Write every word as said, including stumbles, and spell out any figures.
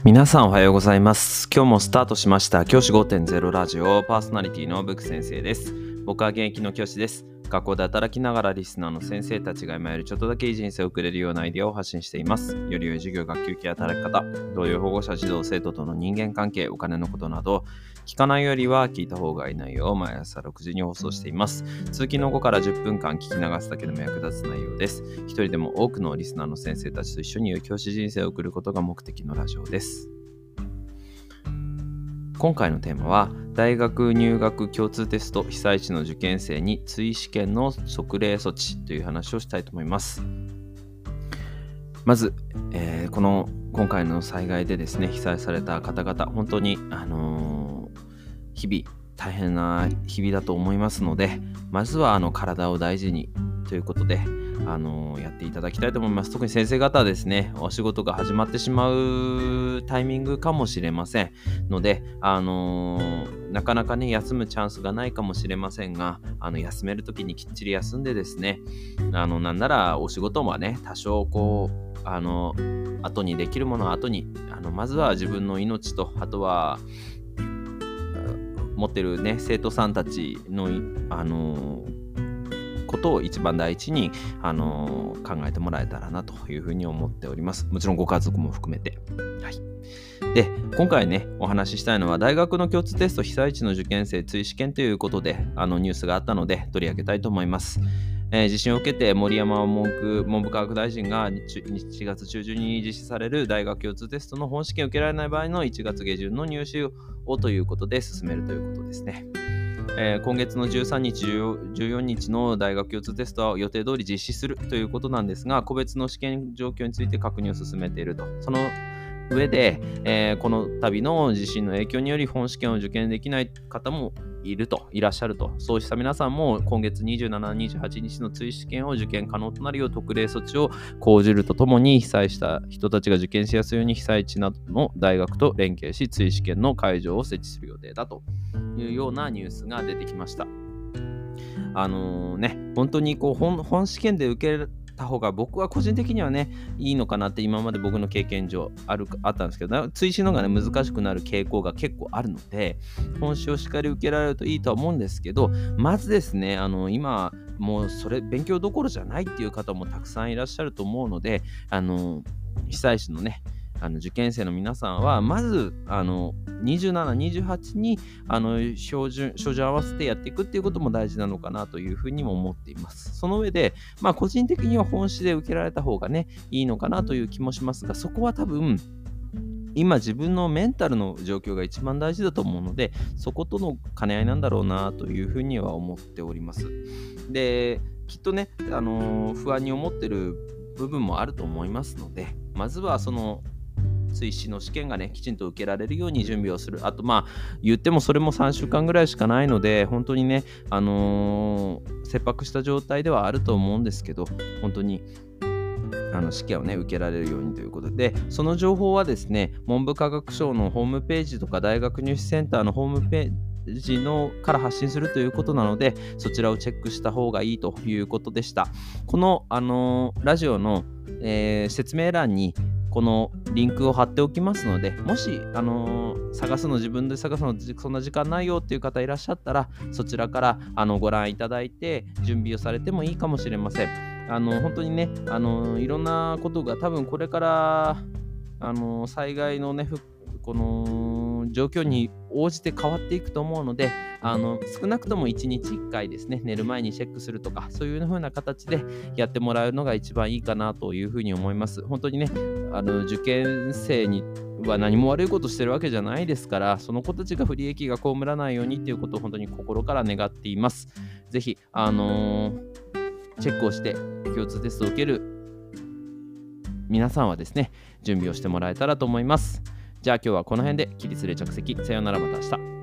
皆さんおはようございます。今日もスタートしました教師 ごてんゼロ ラジオパーソナリティのブック先生です。僕は現役の教師です。学校で働きながらリスナーの先生たちが今よりちょっとだけいい人生を送れるようなアイデアを発信しています。より良い授業、学級系、働き方、同僚、保護者、児童、生徒との人間関係、お金のことなど聞かないよりは聞いた方がいい内容を毎朝ろくじに放送しています。通勤の後からじゅっぷんかん聞き流すだけでも役立つ内容です。一人でも多くのリスナーの先生たちと一緒に良い教師人生を送ることが目的のラジオです。今回のテーマは大学入学共通テスト被災地の受験生に追試験の特例措置という話をしたいと思います。まず、えー、この今回の災害でですね被災された方々、本当に、あのー、日々大変な日々だと思いますので、まずはあの体を大事にということであのー、やっていただきたいと思います。特に先生方はですね、お仕事が始まってしまうタイミングかもしれませんので、あのー、なかなかね休むチャンスがないかもしれませんが、あの休める時にきっちり休んでですね、あのなんならお仕事はね多少こうあの後にできるものは後に、あのまずは自分の命と、あとは持ってるね生徒さんたちのあのーことを一番第一に、あのー、考えてもらえたらなというふうに思っております。もちろんご家族も含めて、はい、で今回ねお話ししたいのは大学の共通テスト被災地の受験生追試験ということで、あのニュースがあったので取り上げたいと思います。えー、地震を受けて森山文部文部科学大臣がしちがつ中旬に実施される大学共通テストの本試験を受けられない場合のいちがつ下旬の入試をということで進めるということですね。えー、今月のじゅうさんにち、じゅうよっかの大学共通テストは予定通り実施するということなんですが、個別の試験状況について確認を進めていると。その上で、えー、この度の地震の影響により本試験を受験できない方もいると、いらっしゃると。そうした皆さんも今月にじゅうしち、にじゅうはちにちの追試験を受験可能となるよう特例措置を講じるとともに、被災した人たちが受験しやすいように被災地などの大学と連携し追試験の会場を設置する予定だというようなニュースが出てきました。あのー、ね本当にこう 本, 本試験で受けた方が僕は個人的にはねいいのかなって今まで僕の経験上あるあったんですけど、追試の方がね難しくなる傾向が結構あるので、本試をしっかり受けられるといいとは思うんですけど、まずですねあの今もうそれ勉強どころじゃないっていう方もたくさんいらっしゃると思うので、あの被災地のねあの受験生の皆さんはまずあのにじゅうしち、にじゅうはちにあの照準照準合わせてやっていくっていうことも大事なのかなというふうにも思っています。その上で、まあ、個人的には本試で受けられた方がねいいのかなという気もしますが、そこは多分今自分のメンタルの状況が一番大事だと思うので、そことの兼ね合いなんだろうなというふうには思っております。できっとね、あのー、不安に思ってる部分もあると思いますので、まずはその追試の試験がねきちんと受けられるように準備をする。あとまあ言ってもそれもさんしゅうかんぐらいしかないので、本当にねあのー、切迫した状態ではあると思うんですけど、本当にあの試験をね受けられるようにということで、その情報はですね文部科学省のホームページとか大学入試センターのホームページのから発信するということなので、そちらをチェックした方がいいということでした。この、あのー、ラジオの、えー、説明欄にこのリンクを貼っておきますので、もし、あのー、探すの自分で探すのそんな時間ないよっていう方いらっしゃったら、そちらからあのご覧いただいて準備をされてもいいかもしれません。あの本当にね、あのいろんなことが多分これからあの災害のねこの状況に応じて変わっていくと思うので、あの少なくともいちにちいっかいですね、寝る前にチェックするとか、そういう風な形でやってもらうのが一番いいかなというふうに思います。本当にね、あの受験生には何も悪いことしてるわけじゃないですから、その子たちが不利益が被らないようにということを本当に心から願っています。ぜひ、あのー、チェックをして共通テストを受ける皆さんはですね、準備をしてもらえたらと思います。じゃあ今日はこの辺で起立例着席。さようなら、また明日。